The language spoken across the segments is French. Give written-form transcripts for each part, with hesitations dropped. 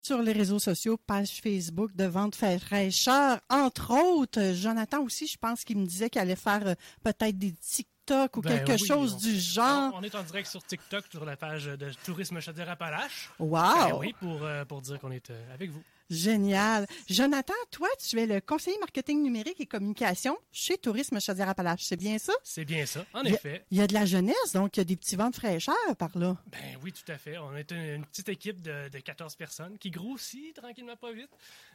sur les réseaux sociaux, page Facebook de Vente fraîcheur, entre autres. Jonathan aussi, je pense qu'il me disait qu'il allait faire peut-être des TikTok ou quelque chose du genre. On est en direct sur TikTok, sur la page de Tourisme Chaudière-Appalaches. Wow! Oui, pour dire qu'on est avec vous. Génial. Jonathan, toi, tu es le conseiller marketing numérique et communication chez Tourisme Chaudière-Appalaches. C'est bien ça? C'est bien ça, en effet. Il y a de la jeunesse, donc il y a des petits vents de fraîcheur par là. Ben oui, tout à fait. On est une petite équipe de 14 personnes qui grossit tranquillement pas vite,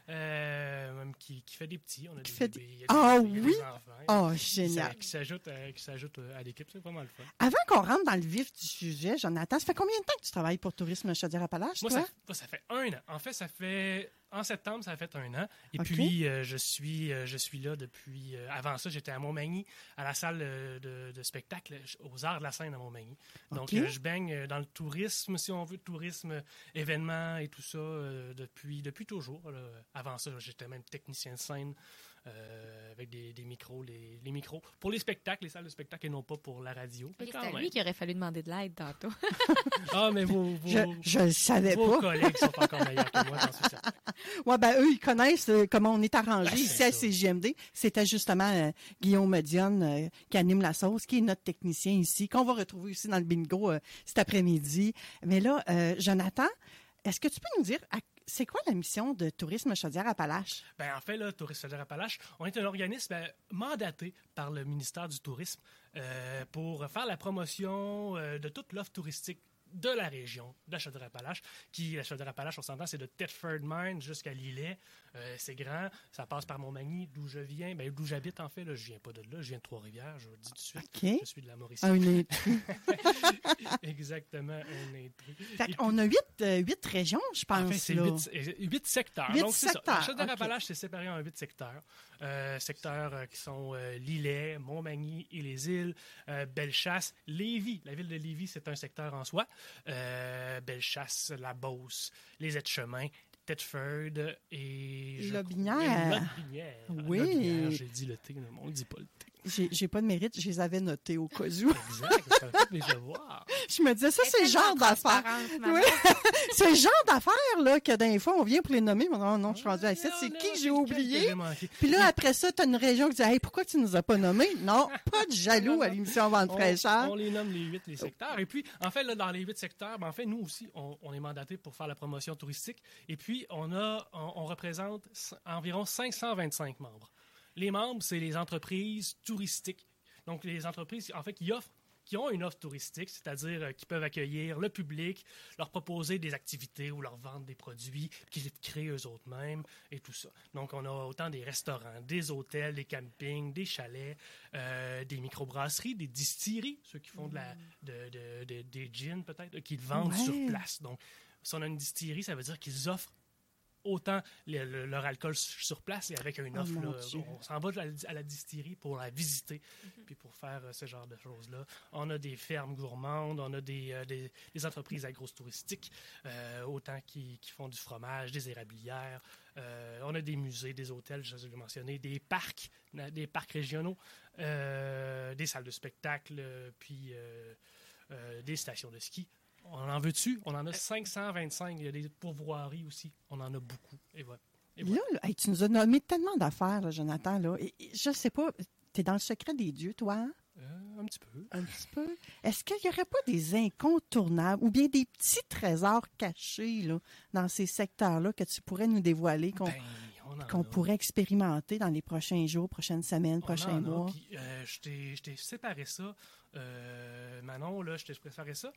qui fait des petits. On a des bébés, il y a des enfants. Génial. Qui s'ajoutent à l'équipe, c'est vraiment le fun. Avant qu'on rentre dans le vif du sujet, Jonathan, ça fait combien de temps que tu travailles pour Tourisme Chaudière-Appalaches, toi? Moi, ça fait 1 an. En fait, en septembre, ça a fait 1 an. Et puis, je suis là depuis... avant ça, j'étais à Montmagny, à la salle de spectacle, aux Arts de la Scène à Montmagny. Donc, je baigne dans le tourisme, si on veut, tourisme, événements et tout ça, depuis toujours. Là. Avant ça, j'étais même technicien de scène avec des micros, les micros pour les spectacles, les salles de spectacle et non pas pour la radio. C'est à lui qu'il aurait fallu demander de l'aide tantôt. Mais je le savais vos pas. collègues sont encore meilleurs que moi, j'en suis certain. Ouais, eux, ils connaissent comment on est arrangé ici à CJMD. C'était justement Guillaume Dionne qui anime la sauce, qui est notre technicien ici, qu'on va retrouver aussi dans le bingo cet après-midi. Mais là, Jonathan, est-ce que tu peux nous dire c'est quoi la mission de Tourisme Chaudière-Appalaches? En fait, là, Tourisme Chaudière-Appalaches, on est un organisme mandaté par le ministère du Tourisme pour faire la promotion de toute l'offre touristique de la région de la Chaudière-Appalaches. La Chaudière-Appalaches, on s'entend, c'est de Thetford Mines jusqu'à Lillet. C'est grand. Ça passe par Montmagny, d'où je viens. D'où j'habite, en fait. Là, je viens pas de là. Je viens de Trois-Rivières. Je vous le dis tout de suite. Okay. Je suis de la Mauricie. Un intrus. Exactement, un intrus. On a 8 régions, je pense. En fait, c'est 8 secteurs. 8 Donc, c'est secteurs. ça. La Chaudière-Appalaches, c'est séparé en 8 secteurs. Secteurs qui sont Lillet, Montmagny et les îles, Bellechasse, Lévis. La ville de Lévis, c'est un secteur en soi. Bellechasse, La Beauce, les Aides-Chemins, Thetford et... Lotbinière. Oui. Lotbinière, j'ai dit le T, mais on ne dit pas le T. J'ai pas de mérite, je les avais notés au cas où. Exact, ça fait mes devoirs. Je me disais, ça, c'est le genre d'affaires. Oui. C'est le genre d'affaires, là, que d'un fois, on vient pour les nommer. Mais non, je suis rendu à 7. C'est qui que j'ai oublié? Puis là, après ça, t'as une région qui dit, hey, pourquoi tu nous as pas nommés? Non, pas de jaloux à l'émission Vente fraîcheur. On les nomme les secteurs. Et puis, en fait, là, dans les 8 secteurs, en fait, nous aussi, on est mandatés pour faire la promotion touristique. Et puis, on représente environ 525 membres. Les membres, c'est les entreprises touristiques. Donc, les entreprises, en fait, qui ont une offre touristique, c'est-à-dire qui peuvent accueillir le public, leur proposer des activités ou leur vendre des produits qu'ils créent eux-mêmes et tout ça. Donc, on a autant des restaurants, des hôtels, des campings, des chalets, des microbrasseries, des distilleries, ceux qui font des gins peut-être, qui vendent sur place. Donc, si on a une distillerie, ça veut dire qu'ils offrent autant leur alcool sur place et avec une offre. On s'en va à la distillerie pour la visiter puis pour faire ce genre de choses-là. On a des fermes gourmandes, on a des entreprises agro-touristiques, autant qui font du fromage, des érablières. On a des musées, des hôtels, je l'ai mentionné, des parcs régionaux, des salles de spectacle, puis des stations de ski. On en veut-tu? On en a 525. Il y a des pourvoiries aussi. On en a beaucoup. Et voilà. Là, tu nous as nommé tellement d'affaires, là, Jonathan. Là. Et je sais pas, tu es dans le secret des dieux, toi? Hein? Un petit peu. Un petit peu. Est-ce qu'il n'y aurait pas des incontournables ou bien des petits trésors cachés là, dans ces secteurs-là que tu pourrais nous dévoiler, qu'on pourrait expérimenter dans les prochains jours, prochaines semaines, prochains mois? Puis, je t'ai séparé ça, Manon, là, je t'ai préparé ça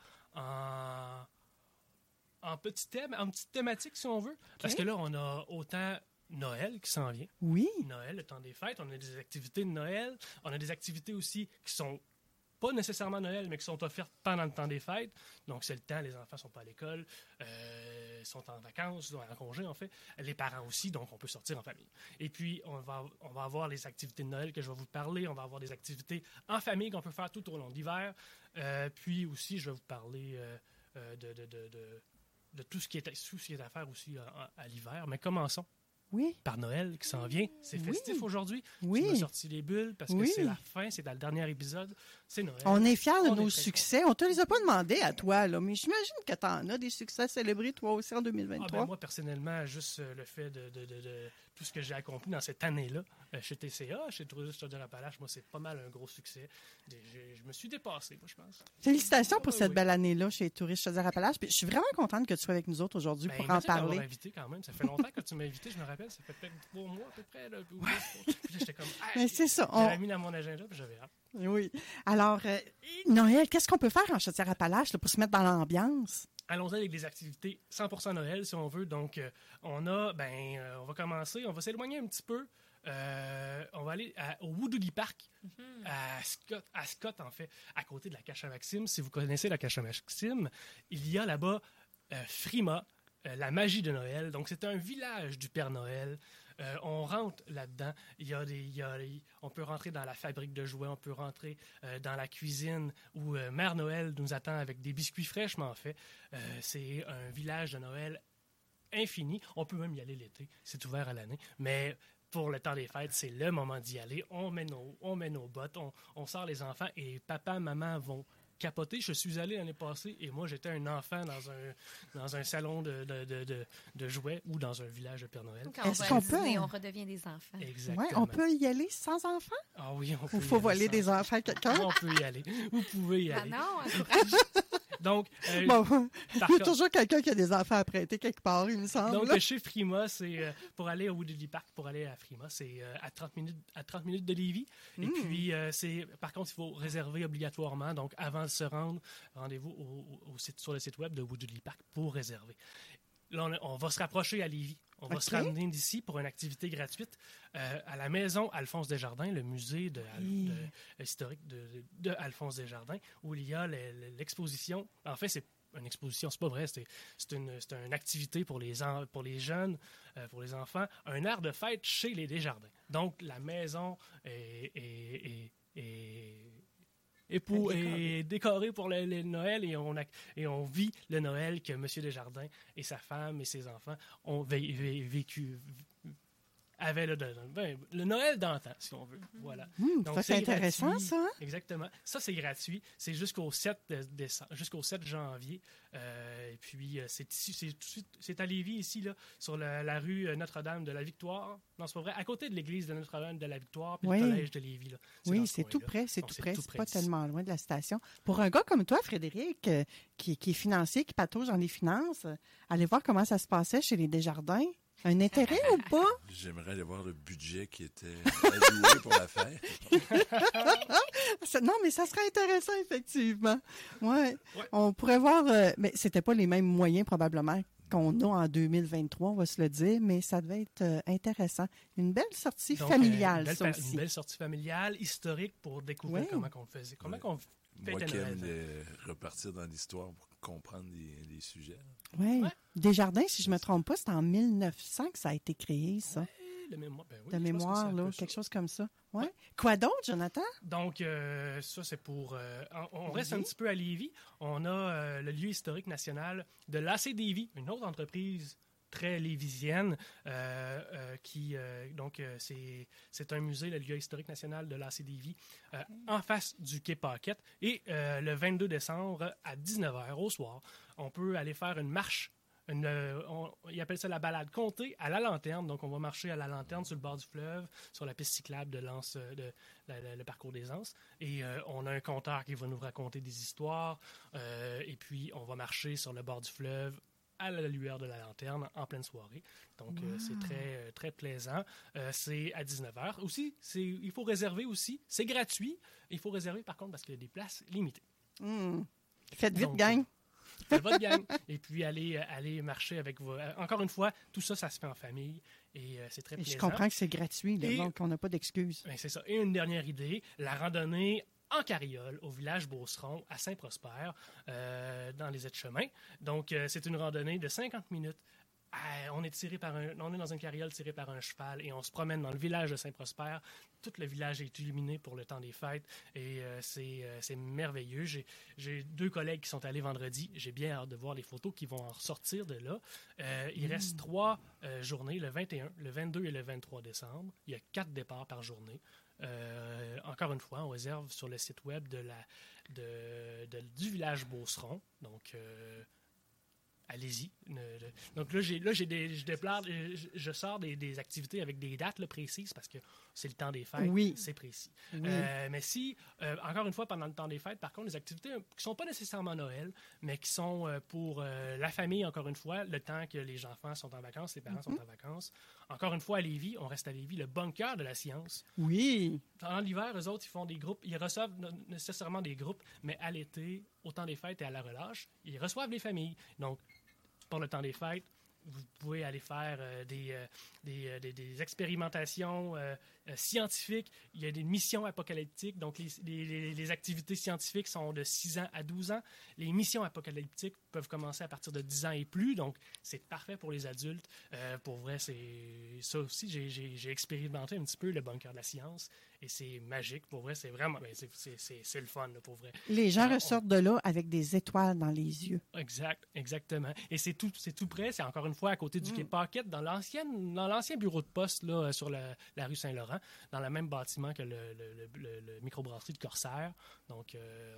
en petite thématique, si on veut. Okay. Parce que là, on a autant Noël qui s'en vient. Oui. Noël, le temps des fêtes. On a des activités de Noël. On a des activités aussi qui sont pas nécessairement Noël, mais qui sont offertes pendant le temps des fêtes. Donc, c'est le temps, les enfants sont pas à l'école, sont en vacances, en congé, en fait. Les parents aussi, donc on peut sortir en famille. Et puis, on va avoir les activités de Noël que je vais vous parler. On va avoir des activités en famille qu'on peut faire tout au long de l'hiver. Puis aussi, je vais vous parler de tout ce qui est à faire aussi à l'hiver. Mais commençons Oui. Par Noël qui s'en vient. C'est festif aujourd'hui. Oui. Tu m'as sorti les bulles parce que c'est la fin, c'est dans le dernier épisode. C'est Noël. On est fiers de nos succès. On te les a pas demandés à toi, là, mais j'imagine que tu en as des succès célébrés, toi aussi, en 2023. Moi, personnellement, juste le fait de tout ce que j'ai accompli dans cette année-là, chez TCA, chez Tourisme Chaudière-Appalaches, moi, c'est pas mal un gros succès. Je me suis dépassé, moi, je pense. Félicitations pour cette belle année-là chez Tourisme Chaudière-Appalaches. Je suis vraiment contente que tu sois avec nous autres aujourd'hui pour en parler. Tu m'as invité quand même. Ça fait longtemps que tu m'as invité, je me rappelle. Ça fait peut-être 3 mois à peu près. Là, puis là, j'étais comme... Mais c'est ça. J'avais mis dans mon agenda, puis j'avais hâte. Oui. Alors, Noël, qu'est-ce qu'on peut faire en Chaudière-Appalaches pour se mettre dans l'ambiance? Allons-y avec des activités 100% Noël, si on veut. Donc, on va commencer. On va s'éloigner un petit peu. On va aller au Woodley Park, à Scott, en fait, à côté de la Cache à Maxime. Si vous connaissez la Cache à Maxime, il y a là-bas Frima, la magie de Noël. Donc, c'est un village du Père Noël. On rentre là-dedans. On peut rentrer dans la fabrique de jouets, on peut rentrer dans la cuisine où Mère Noël nous attend avec des biscuits fraîchement faits. C'est un village de Noël infini. On peut même y aller l'été. C'est ouvert à l'année. Mais pour le temps des fêtes, c'est le moment d'y aller. On met nos bottes, on sort les enfants et papa, maman vont capoté. Je suis allé l'année passée et moi, j'étais un enfant dans un salon de jouets ou dans un village de Père Noël. Quand Est-ce qu'on peut... on redevient des enfants. Exactement. Ouais, on peut y aller sans enfants? Ah oui, on peut. Ou il faut voler des enfants à quelqu'un? On peut y aller. Vous pouvez y aller. Ah non, encourage. Donc, il y a toujours quelqu'un qui a des enfants à prêter quelque part, il me semble. Donc, chez Frima, c'est pour aller au Woodley Park, pour aller à Frima, c'est à 30 minutes de Lévis. Et puis, par contre, il faut réserver obligatoirement. Donc, avant de se rendre, rendez-vous sur le site web de Woodley Park pour réserver. Là, on va se rapprocher à Lévis. On va se ramener d'ici pour une activité gratuite à la maison Alphonse Desjardins, le musée historique de Alphonse Desjardins, où il y a l'exposition. En fait, c'est une exposition, c'est pas vrai, c'est une activité pour les jeunes, pour les enfants, un art de fête chez les Desjardins. Donc, la maison est décoré pour le Noël et on vit le Noël que M. Desjardins et sa femme et ses enfants ont vécu. Avait le Noël d'antan, si on veut. Voilà. Donc, ça, c'est intéressant, gratuit. Ça. Hein? Exactement. Ça, c'est gratuit. C'est jusqu'au 7 décembre, jusqu'au 7 janvier. Et puis, c'est à Lévis, ici, là, sur la rue Notre-Dame de la Victoire. Non, c'est pas vrai. À côté de l'église de Notre-Dame de la Victoire, puis le collège de Lévis. Là. Oui, c'est tout près. C'est tout près. C'est pas tellement loin de la station. Pour un gars comme toi, Frédéric, qui est financier, qui patauge dans les finances, allez voir comment ça se passait chez les Desjardins. Un intérêt ou pas? J'aimerais aller voir le budget qui était alloué pour la fête. Non, mais ça serait intéressant, effectivement. Ouais. On pourrait voir... mais c'était pas les mêmes moyens, probablement, qu'on a en 2023, on va se le dire, mais ça devait être intéressant. Une belle sortie familiale, ça aussi. Une belle sortie familiale, historique, pour découvrir comment on faisait. Comment on Moi qui aime repartir dans l'histoire pour comprendre les sujets. Oui. Desjardins, si je ne me trompe pas, c'est en 1900 que ça a été créé, ça. De mémoire, de mémoire, là, quelque chose comme ça. Ouais. Quoi d'autre, Jonathan? Donc, ça, c'est pour... on reste un petit peu à Lévis. On a le lieu historique national de l'ACDV, une autre entreprise très lévisienne, c'est un musée, le lieu historique national de l'ACDV, en face du quai Paquette. Et le 22 décembre, à 19h au soir, on peut aller faire une marche. Ils appellent ça la balade comptée à la lanterne. Donc, on va marcher à la lanterne sur le bord du fleuve, sur la piste cyclable de l'Anse, le parcours des Anses. Et on a un conteur qui va nous raconter des histoires. Et puis, on va marcher sur le bord du fleuve à la lueur de la lanterne en pleine soirée. Donc, c'est très, très plaisant. C'est à 19h. Aussi, il faut réserver aussi. C'est gratuit. Il faut réserver, par contre, parce qu'il y a des places limitées. Faites vite, gang! Faites votre gang. Et puis, aller marcher avec vous. Encore une fois, tout ça, ça se fait en famille. Et c'est très plaisant. Je comprends que c'est gratuit, donc on n'a pas d'excuses. C'est ça. Et une dernière idée, la randonnée en carriole au village Beauceron à Saint-Prosper, dans les aides-chemins. Donc, c'est une randonnée de 50 minutes On est dans une carriole tirée par un cheval et on se promène dans le village de Saint-Prosper. Tout le village est illuminé pour le temps des fêtes et c'est merveilleux. J'ai 2 collègues qui sont allés vendredi. J'ai bien hâte de voir les photos qui vont en ressortir de là. Il reste 3 journées, le 21, le 22 et le 23 décembre. Il y a 4 départs par journée. Encore une fois, on réserve sur le site web du village Beauceron. Donc, allez-y. Donc là, je sors des activités avec des dates là, précises parce que c'est le temps des fêtes, Oui. c'est précis. Oui. Mais si, encore une fois, pendant le temps des fêtes, par contre, les activités qui ne sont pas nécessairement Noël, mais qui sont pour la famille, encore une fois, le temps que les enfants sont en vacances, les parents sont en vacances. Encore une fois, à Lévis, on reste à Lévis, le bunker de la science. Oui. Pendant l'hiver, eux autres, ils font des groupes. Ils reçoivent nécessairement des groupes, mais à l'été, au temps des fêtes et à la relâche, ils reçoivent les familles. Donc, pour le temps des fêtes, vous pouvez aller faire des expérimentations scientifiques. Il y a des missions apocalyptiques. Donc, les activités scientifiques sont de 6 ans à 12 ans. Les missions apocalyptiques peuvent commencer à partir de 10 ans et plus. Donc, c'est parfait pour les adultes. Pour vrai, c'est ça aussi. J'ai expérimenté un petit peu le bunker de la science et c'est magique. Pour vrai, c'est vraiment... C'est le fun, là, pour vrai. Les gens ressortent de là avec des étoiles dans les yeux. Exactement. Et c'est tout près. C'est encore une fois à côté du Quai Paquette, dans l'ancien bureau de poste là, sur la rue Saint-Laurent, dans le même bâtiment que le microbrasserie de Corsair. Donc,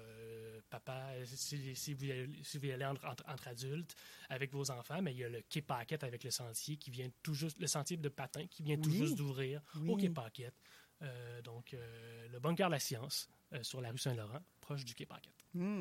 papa, si vous y allez entre adultes avec vos enfants, mais il y a le Quai Paquette avec le sentier qui vient tout juste, le sentier de patin qui vient tout juste d'ouvrir au Quai Paquette. Donc, le bunker de la science sur la rue Saint-Laurent, proche du Quai Paquette.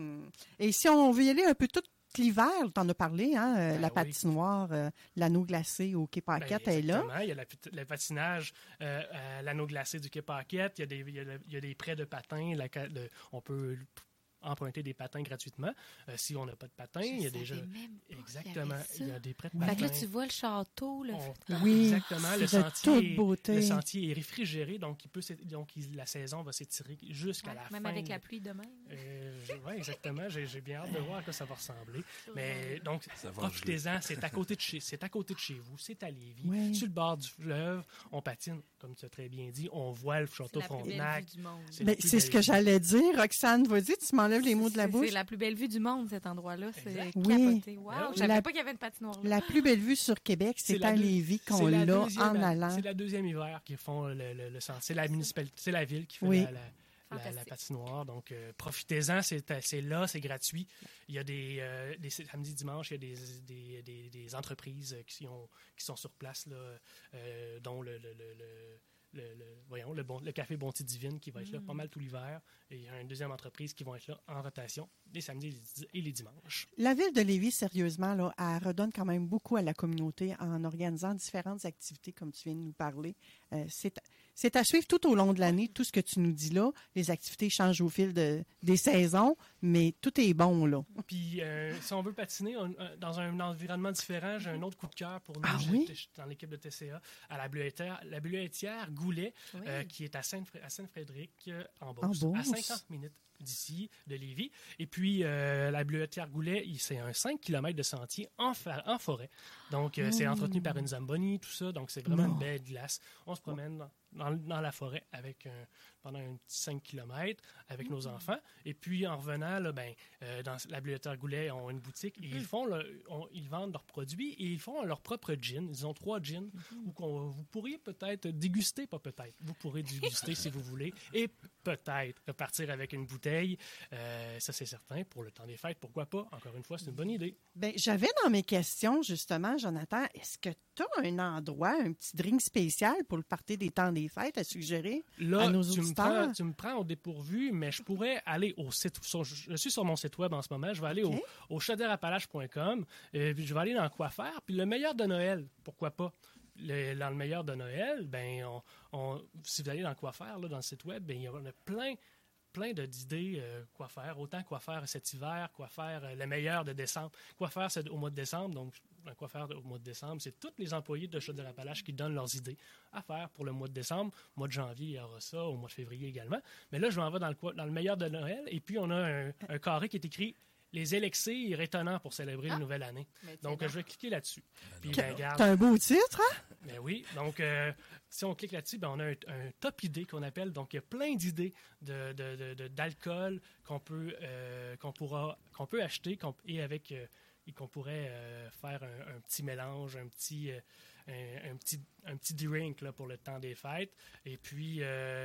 Et si on veut y aller un peu tout l'hiver, tu en as parlé, hein, la oui. patinoire, l'anneau glacé au Quai Paquette est là. Il y a le patinage à l'anneau glacé du Quai Paquette, il y a des prêts de patins, on peut emprunter des patins gratuitement. Si on n'a pas de patins, il y a déjà... Exactement, il y a des prêts de patins. Fait que là, tu vois le château. Là. Oui, exactement. c'est de toute beauté. Le sentier est réfrigéré, donc la saison va s'étirer jusqu'à la fin. Même avec la pluie demain. Oui, exactement. J'ai bien hâte de voir à quoi ça va ressembler. Mais donc, profitez-en. C'est à côté de chez vous. C'est à Lévis. Oui. Sur le bord du fleuve. On patine, comme tu as très bien dit. On voit le château Frontenac. C'est ce que j'allais dire. Roxane, vas-y, tu m'enlèves les mots de la bouche. C'est la plus belle vue du monde, cet endroit-là. C'est Oui. capoté. Wow, je savais pas qu'il y avait une patinoire là. La plus belle vue sur Québec, c'est à Lévis qu'on l'a en allant. C'est la deuxième hiver qu'ils font le centre. C'est la municipalité, c'est la ville qui fait la patinoire. Donc, profitez-en, c'est là, c'est gratuit. Il y a des samedis, dimanches, il y a des entreprises qui sont sur place, là, dont le café Bonté Divine qui va être là pas mal tout l'hiver. Et il y a une deuxième entreprise qui va être là en rotation les samedis et les dimanches. La ville de Lévis, sérieusement, là, elle redonne quand même beaucoup à la communauté en organisant différentes activités comme tu viens de nous parler. C'est à suivre tout au long de l'année, tout ce que tu nous dis là. Les activités changent au fil des saisons, mais tout est bon, là. Puis, si on veut patiner dans un environnement différent, j'ai un autre coup de cœur pour nous. Je suis dans l'équipe de TCA, à la Bleuetière Goulet, qui est à Saint-Frédéric, en Beauce, à 50 minutes d'ici, de Lévis. Et puis, la Bleuetière Goulet, c'est un 5 km de sentier en forêt. Donc, c'est entretenu par une Zamboni, tout ça. Donc, c'est vraiment une belle glace. On se promène dans la forêt pendant un petit 5 km avec nos enfants. Et puis, en revenant, là, dans la Bleuetière Goulet, ils ont une boutique et ils vendent leurs produits et ils font leur propre gin. Ils ont 3 gins où vous pourriez peut-être déguster, pas peut-être. Vous pourrez déguster si vous voulez et peut-être repartir avec une bouteille. Ça, c'est certain. Pour le temps des fêtes, pourquoi pas? Encore une fois, c'est une bonne idée. J'avais dans mes questions, justement, Jonathan, est-ce que tu as un endroit, un petit drink spécial pour le party des temps des fêtes à suggérer à nos auditeurs? Tu me prends au dépourvu, mais je pourrais aller au site. Je suis sur mon site web en ce moment. Je vais aller au chaudièreappalaches.com. Puis je vais aller dans quoi faire. Puis le meilleur de Noël, pourquoi pas? Dans le meilleur de Noël, si vous allez dans quoi faire, là, dans le site web, il y en a plein d'idées quoi faire. Autant quoi faire cet hiver, quoi faire le meilleur de décembre. Quoi faire au mois de décembre. Donc, quoi faire au mois de décembre, c'est tous les employés de Chaudière-Appalaches qui donnent leurs idées à faire pour le mois de décembre. Au mois de janvier, il y aura ça. Au mois de février également. Mais là, je m'en vais dans le meilleur de Noël. Et puis, on a un carré qui est écrit les élixirs étonnants pour célébrer une nouvelle année. Donc, je vais cliquer là-dessus. Puis, regarde. C'est un beau titre, hein? Ben oui. Donc, si on clique là-dessus, on a un top idée qu'on appelle. Donc, il y a plein d'idées d'alcool qu'on peut acheter et qu'on pourrait faire un petit mélange, un petit drink là, pour le temps des fêtes. Et puis,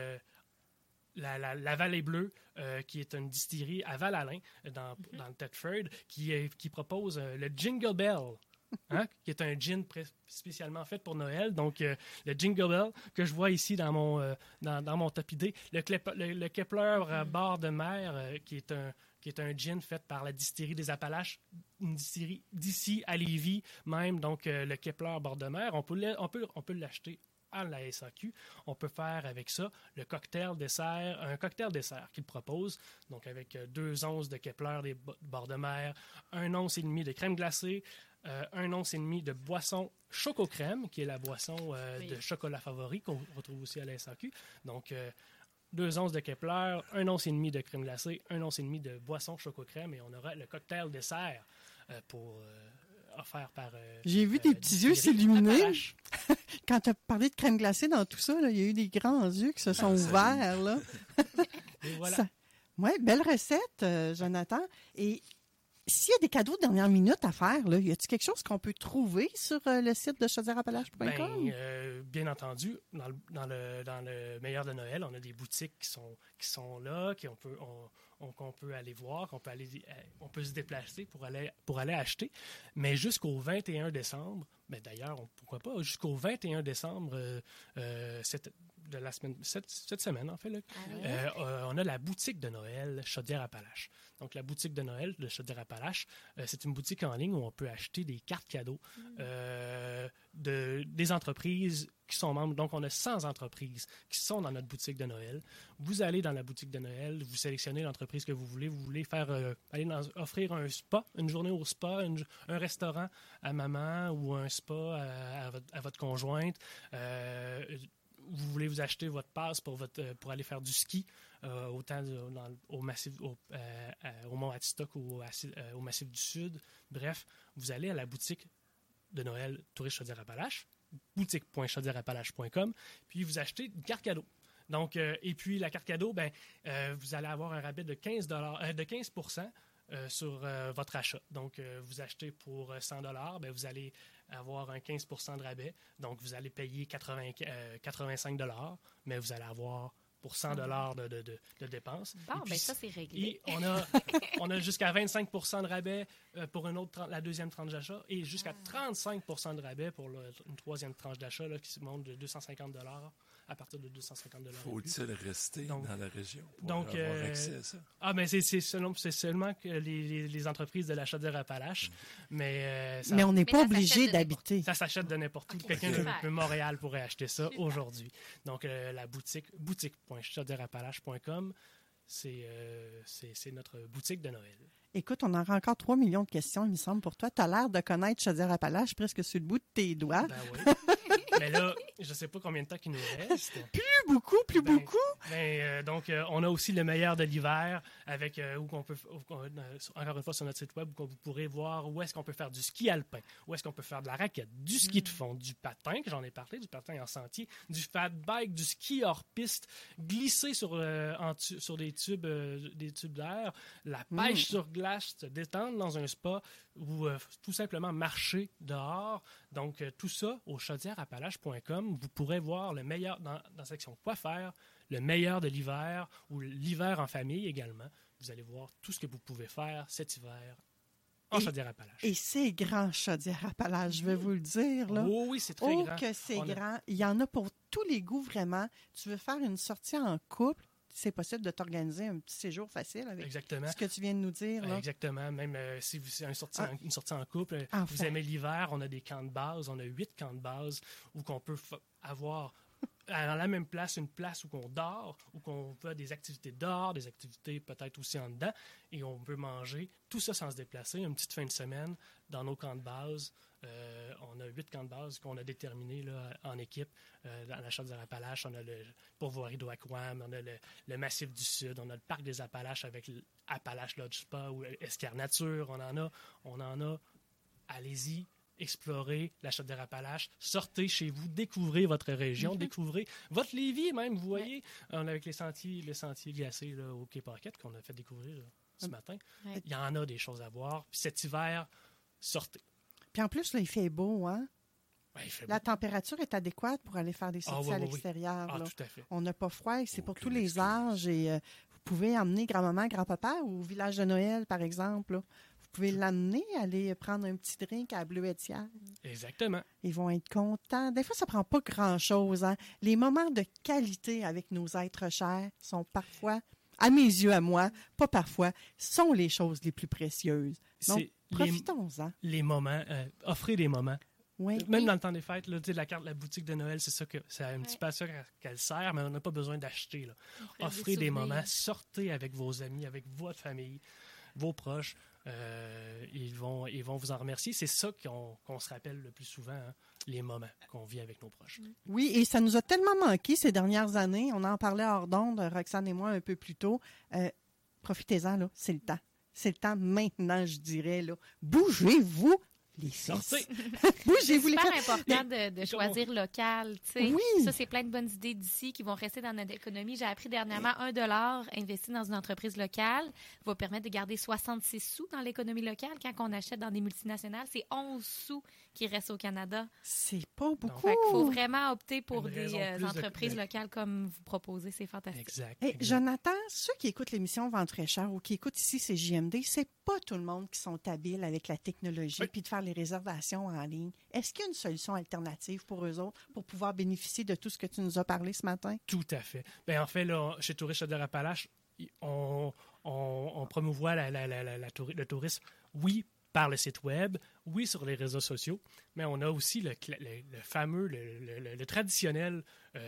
la Vallée Bleue, qui est une distillerie à Val-Alain, dans le Thetford, qui propose le Jingle Bell, qui est un gin spécialement fait pour Noël. Donc, le Jingle Bell, que je vois ici dans mon top idée. Le Kepler Bord de Mer, qui est un gin fait par la distillerie des Appalaches, une distillerie d'ici à Lévis même. Donc, le Kepler Bord de Mer, on peut l'acheter à la SAQ. On peut faire avec ça un cocktail dessert qu'il propose, donc avec 2 onces de Kepler des bords de mer, 1 once et demi de crème glacée, 1 once et demi de boisson Choco-Crème, qui est la boisson de chocolat favori qu'on retrouve aussi à la SAQ. Donc, 2 onces de Kepler, 1 once et demi de crème glacée, 1 once et demi de boisson Choco-Crème, et on aura le cocktail dessert offert par... J'ai vu tes petits yeux s'illuminer. Quand tu as parlé de crème glacée dans tout ça, là, il y a eu des grands yeux qui se sont ouverts. Là. Et voilà. Oui, belle recette, Jonathan. Et s'il y a des cadeaux de dernière minute à faire, là, y a-t-il quelque chose qu'on peut trouver sur le site de chaudièreappalaches.com? Bien entendu, dans le meilleur de Noël, on a des boutiques qui sont là, qu'on peut aller voir, on peut se déplacer pour aller acheter. Mais jusqu'au 21 décembre, d'ailleurs, pourquoi pas, jusqu'au 21 décembre cette semaine, en fait, là, on a la boutique de Noël Chaudière-Appalaches. Donc, la boutique de Noël de Chaudière-Appalaches, c'est une boutique en ligne où on peut acheter des cartes cadeaux des entreprises qui sont membres. Donc, on a 100 entreprises qui sont dans notre boutique de Noël. Vous allez dans la boutique de Noël, vous sélectionnez l'entreprise que vous voulez. Vous voulez faire offrir un spa, une journée au spa, un restaurant à maman ou un spa à votre conjointe. Vous voulez vous acheter votre passe pour aller faire du ski, autant au Mont Atistoc ou au Massif du Sud. Bref, vous allez à la boutique de Noël Tourisme Chaudière-Appalaches, boutique.chaudièreappalaches.com, puis vous achetez une carte cadeau. Donc, et puis la carte cadeau, vous allez avoir un rabais de 15% sur votre achat. Donc, vous achetez pour 100$, vous allez avoir un 15% de rabais. Donc, vous allez payer 85$, mais vous allez avoir pour 100$ de dépenses. Bon, puis, ça, c'est réglé. Et on a jusqu'à 25% de rabais pour la deuxième tranche d'achat et jusqu'à 35% de rabais pour une troisième tranche d'achat qui se monte de 250$ à partir de 250$. Faut-il rester dans la région pour avoir accès à ça? C'est seulement que les entreprises de la Chaudière-Appalaches. Mais on n'est pas obligé d'habiter. Ça s'achète de n'importe où. Quelqu'un de Montréal pourrait acheter ça aujourd'hui. Donc, la boutique.chaudièreappalaches.com, c'est notre boutique de Noël. Écoute, on aura encore 3 millions de questions, il me semble, pour toi. Tu as l'air de connaître Chaudière-Appalaches presque sur le bout de tes doigts. Ben oui. Mais là, je ne sais pas combien de temps il nous reste. Plus beaucoup. Donc, on a aussi le meilleur de l'hiver avec encore une fois sur notre site web, où vous pourrez voir où est-ce qu'on peut faire du ski alpin, où est-ce qu'on peut faire de la raquette, du ski de fond, du patin, que j'en ai parlé, du patin en sentier, du fat bike, du ski hors piste, glisser sur des tubes d'air, la pêche sur glace, se détendre dans un spa ou tout simplement marcher dehors. Donc, tout ça au chaudièreappalaches.com. Vous pourrez voir le meilleur dans la section quoi faire, le meilleur de l'hiver ou l'hiver en famille également. Vous allez voir tout ce que vous pouvez faire cet hiver en Chaudière-Appalaches. Et c'est grand, Chaudière-Appalaches, je vais vous le dire. Là. Oh oui, c'est très grand. Oh, que c'est grand. Il y en a pour tous les goûts, vraiment. Tu veux faire une sortie en couple, c'est possible de t'organiser un petit séjour facile avec ce que tu viens de nous dire. Là. Exactement. Même si vous avez une sortie en couple, vous aimez l'hiver, on a des camps de base, on a 8 camps de base où qu'on peut avoir à la même place, une place où on dort, où on fait des activités dehors, des activités peut-être aussi en dedans, et on peut manger, tout ça sans se déplacer, une petite fin de semaine dans nos camps de base On a 8 camps de base qu'on a déterminés là, en équipe. Dans la Chaudière-Appalaches, on a le pourvoirie d'Oaquam, on a le Massif du Sud, on a le Parc des Appalaches avec l'Appalache Lodge Spa ou Escar Nature. On en a. Allez-y, explorez la Chaudière-Appalaches, sortez chez vous, découvrez votre région, découvrez votre Lévis même. Vous voyez, on avec les sentiers glacés là, au Quai Paquette qu'on a fait découvrir ce matin. Ouais. Il y en a des choses à voir. Puis cet hiver, sortez. Puis en plus, là, il fait beau, hein? Ouais, il fait La beau. température est adéquate pour aller faire des sorties à l'extérieur. Ah, là. tout à fait. On n'a pas froid et c'est pour Aucune tous les excuse. âges. Et vous pouvez emmener grand-maman, grand-papa au village de Noël, par exemple. Là. Vous pouvez l'amener, aller prendre un petit drink à la Bleuetière. Exactement. Ils vont être contents. Des fois, ça prend pas grand-chose. Hein? Les moments de qualité avec nos êtres chers sont parfois, à mes yeux, à moi, pas parfois, sont les choses les plus précieuses. Donc, C'est profitons-en. les moments. Offrez des moments. Oui. Même dans le temps des fêtes, là, tu sais, la boutique de Noël, c'est ça que c'est un petit peu à ça qu'elle sert, mais on n'a pas besoin d'acheter. Là. Offrez des moments, sortez avec vos amis, avec votre famille, vos proches. Ils vont vous en remercier. C'est ça qu'on se rappelle le plus souvent, hein, les moments qu'on vit avec nos proches. Oui, et ça nous a tellement manqué ces dernières années. On en parlait hors d'onde, Roxane et moi, un peu plus tôt. Profitez-en, là, c'est le temps. C'est le temps maintenant, je dirais. Là. Bougez-vous les fesses. Sortez! Bougez-vous les C'est fesses. super important de choisir local. Tu sais. Oui. Ça, c'est plein de bonnes idées d'ici qui vont rester dans notre économie. J'ai appris dernièrement $1 investi dans une entreprise locale va permettre de garder 66 sous dans l'économie locale. Quand on achète dans des multinationales, c'est 11 sous qui restent au Canada. C'est pas beaucoup. Fait qu'il faut vraiment opter pour Une des raison de plus entreprises locales comme vous proposez. C'est fantastique. Exact. Hey, exact. Jonathan, ceux qui écoutent l'émission Vente fraîcheur ou qui écoutent ici CJMD, c'est pas tout le monde qui sont habiles avec la technologie Oui. puis de faire les réservations en ligne. Est-ce qu'il y a une solution alternative pour eux autres pour pouvoir bénéficier de tout ce que tu nous as parlé ce matin? Tout à fait. Ben, en fait, là, chez Tourisme Chaudière-Appalaches, on promouvoit le tourisme, oui, par le site web, oui, sur les réseaux sociaux, mais on a aussi le fameux, le traditionnel,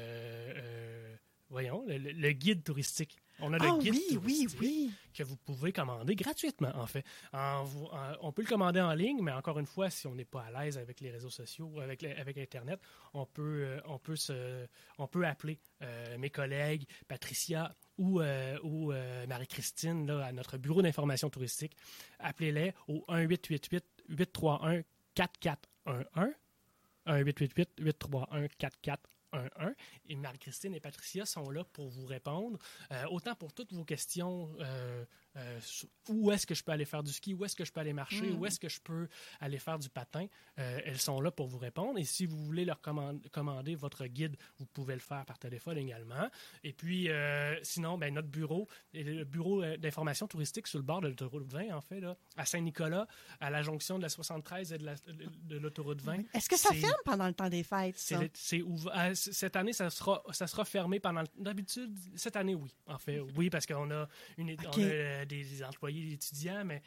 le guide touristique. On a le guide touristique que vous pouvez commander gratuitement, en fait. On peut le commander en ligne, mais encore une fois, si on n'est pas à l'aise avec les réseaux sociaux, avec Internet, on peut appeler mes collègues, Patricia ou Marie-Christine, là, à notre bureau d'information touristique. Appelez-les au 1-888-831-4411. 1-888-831-4411. Et Marie-Christine et Patricia sont là pour vous répondre, autant pour toutes vos questions, où est-ce que je peux aller faire du ski, où est-ce que je peux aller marcher, où est-ce que je peux aller faire du patin. Elles sont là pour vous répondre. Et si vous voulez leur commander votre guide, vous pouvez le faire par téléphone également. Et puis, sinon, ben, notre bureau, le bureau d'information touristique sur le bord de l'autoroute 20, en fait, là, à Saint-Nicolas, à la jonction de la 73 et de l'autoroute 20. Est-ce que ça ferme pendant le temps des fêtes, ça? C'est ouvert. Cette année, ça sera fermé pendant... D'habitude, cette année, oui. En fait, oui, parce qu'on a, on a des employés étudiants, mais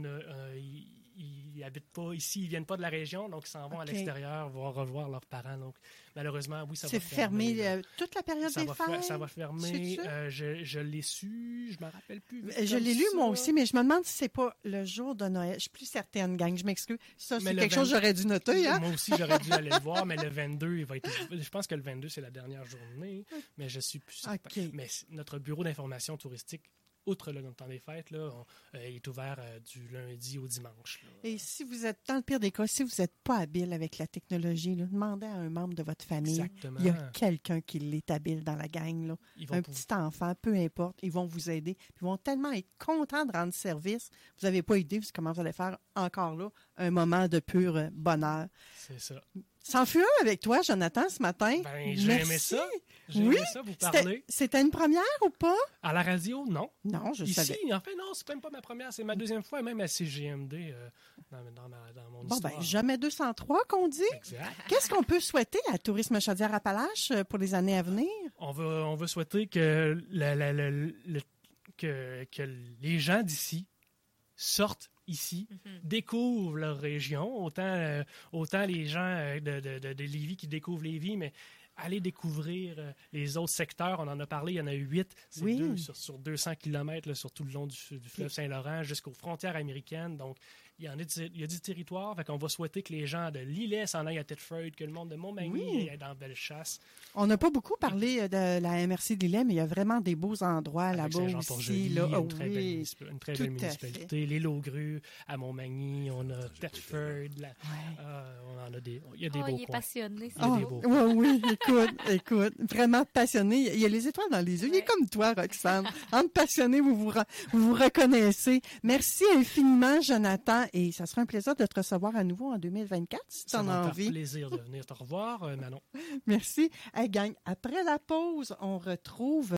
ils habitent pas ici, ils viennent pas de la région, donc ils s'en vont à l'extérieur, vont revoir leurs parents. Donc, malheureusement, oui, ça va fermer. C'est fermé toute la période des fêtes? Ça va fermer. Je l'ai su, je me rappelle plus. Je l'ai lu, moi aussi, mais je me demande si c'est pas le jour de Noël. Je suis plus certaine, gang, je m'excuse. Ça, c'est quelque chose que j'aurais dû noter. Hein? Moi aussi, j'aurais dû aller le voir, mais le 22, il va être... Je pense que le 22, c'est la dernière journée, mais je suis plus certain. Okay. Mais notre bureau d'information touristique, outre le temps des fêtes, là, il est ouvert du lundi au dimanche. Là. Et si vous êtes, dans le pire des cas, si vous n'êtes pas habile avec la technologie, là, demandez à un membre de votre famille. Exactement. Il y a quelqu'un qui l'est habile dans la gang. Là. Petit enfant, peu importe, ils vont vous aider. Ils vont tellement être contents de rendre service. Vous n'avez pas idée de comment vous allez faire encore là un moment de pur bonheur. C'est ça. C'en fut un avec toi, Jonathan, ce matin. Ben, j'ai aimé ça. J'ai oui? aimé ça, vous parler. C'était une première ou pas? À la radio, non. Non, je Ici, savais. En fait, non, c'est même pas ma première. C'est ma deuxième fois, même à CGMD dans mon histoire. Ben, jamais 203 qu'on dit. Exact. Qu'est-ce qu'on peut souhaiter à Tourisme Chaudière-Appalaches pour les années à venir? On veut souhaiter que, que les gens d'ici sortent ici, découvrent leur région, autant les gens de Lévis qui découvrent Lévis, mais aller découvrir les autres secteurs. On en a parlé, il y en a 8. C'est 2 sur 200 km là, sur tout le long du fleuve Saint-Laurent jusqu'aux frontières américaines. Donc, il y a du territoire. Fait qu'on va souhaiter que les gens de Lillet s'en aillent à Thetford, que le monde de Montmagny aille dans Bellechasse. On n'a pas beaucoup parlé de la MRC de Lillet, mais il y a vraiment des beaux endroits Avec là-bas Saint-Jean-Port-Joli, aussi. Là. une très belle municipalité. Les Logrues à Montmagny, on a Thetford. On en a il y a des beaux il est coins. passionné. Il y a des beaux coins. Oui, écoute, vraiment passionné. Il y a les étoiles dans les yeux. Il est comme toi, Roxane. Entre passionnés, vous vous reconnaissez. Merci infiniment, Jonathan, et ça sera un plaisir de te recevoir à nouveau en 2024, si tu en as envie. Ça va me faire plaisir de venir te revoir, Manon. Merci. Hey, gang, après la pause, on retrouve